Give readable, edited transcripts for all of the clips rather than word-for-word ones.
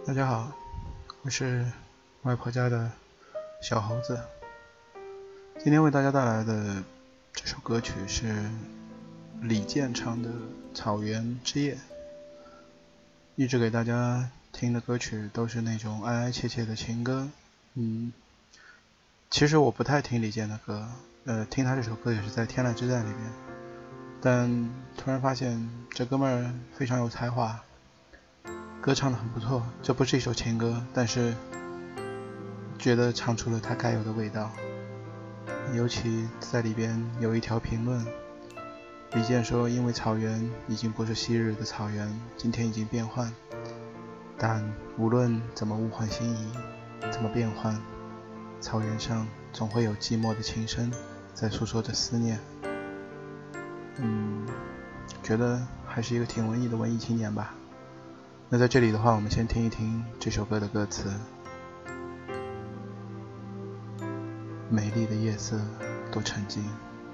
大家好，我是外婆家的小猴子。今天为大家带来的这首歌曲是李健唱的《草原之夜》。一直给大家听的歌曲都是那种哀哀切切的情歌。其实我不太听李健的歌，听他这首歌也是在《天籁之战》里面。但突然发现这哥们儿非常有才华，歌唱得很不错。这不是一首情歌，但是觉得唱出了他该有的味道。尤其在里边有一条评论，李健说，因为草原已经不是昔日的草原，今天已经变换，但无论怎么物换星移，怎么变换，草原上总会有寂寞的琴声在诉说着思念。觉得还是一个挺文艺的文艺青年吧。那在这里的话，我们先听一听这首歌的歌词。美丽的夜色多沉静，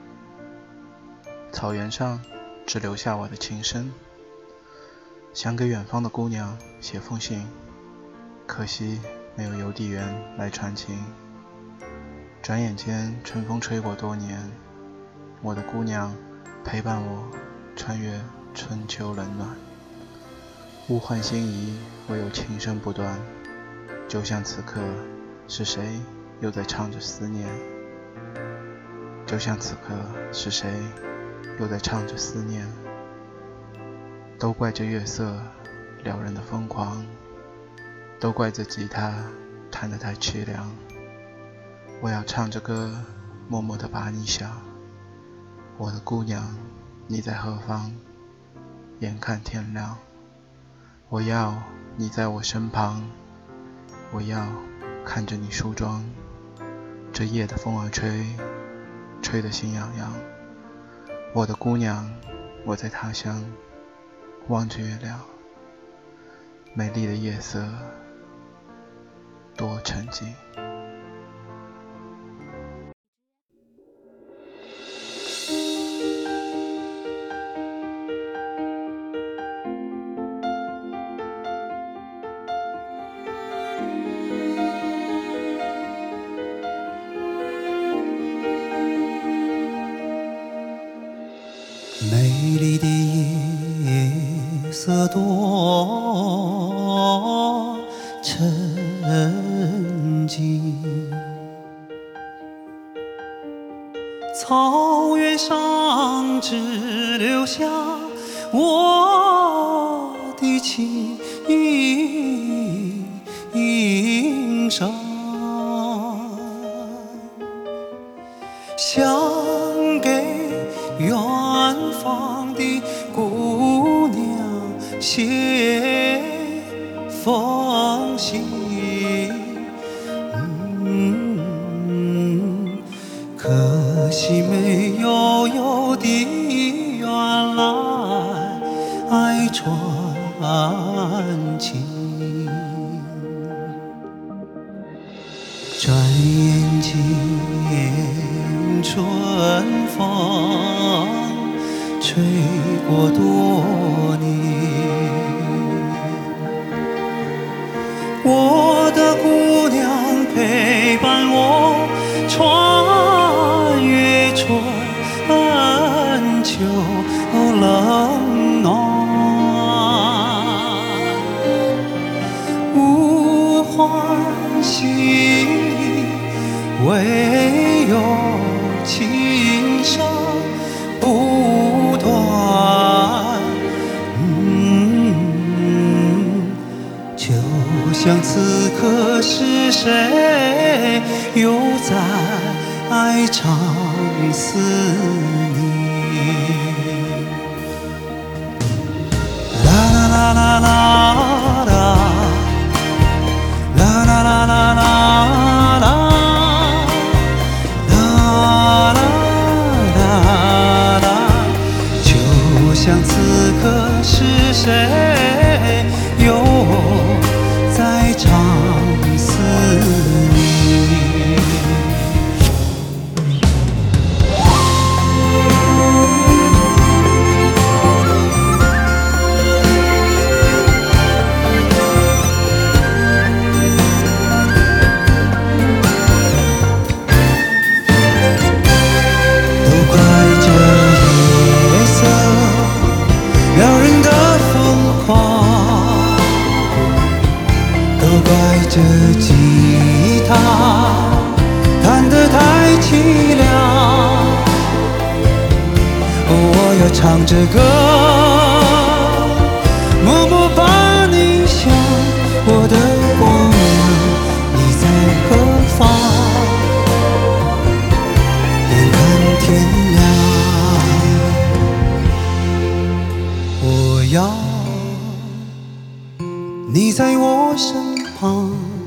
草原上只留下我的琴声，想给远方的姑娘写封信，可惜没有邮递员来传情。转眼间春风吹过多年，我的姑娘陪伴我穿越春秋冷暖，物换星移，唯有琴声不断，就像此刻是谁又在唱着思念，就像此刻是谁又在唱着思念。都怪这月色撩人的疯狂，都怪这吉他弹得太凄凉，我要唱着歌默默地把你想，我的姑娘你在何方，眼看天亮，我要你在我身旁，我要看着你梳妆，这夜的风儿吹，吹得心痒痒，我的姑娘我在他乡，望着月亮，美丽的夜色多沉静。 美丽的夜色多沉静，草原上只留下我的琴声，想给远方的姑娘写封信，可惜没有邮递员来传情。转眼间春风吹过多年，我的姑娘陪伴我穿越春秋冷暖，物换星移，唯有琴声不断，就像此刻是谁又在唱思念。啦啦啦啦啦啦，啦啦啦啦啦啦。像此刻是谁又在唱思念。 这吉他弹得太凄凉，我要唱着歌，默默把你想，我的姑娘，你在何方？眼看天亮，我要你在我身旁，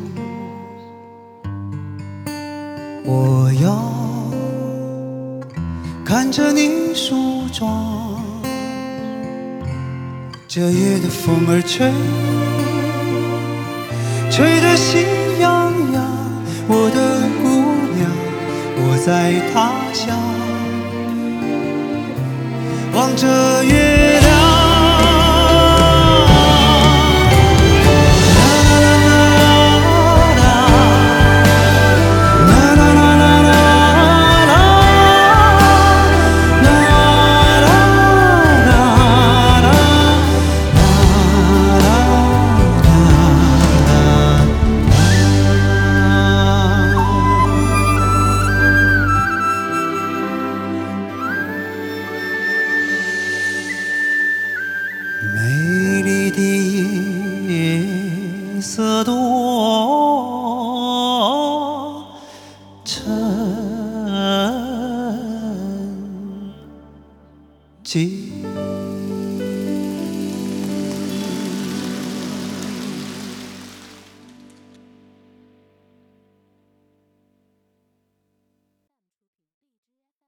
我要看着你梳妆。这夜的风儿吹，吹得心痒痒。我的姑娘，我在他乡，望着月亮。美丽的夜色多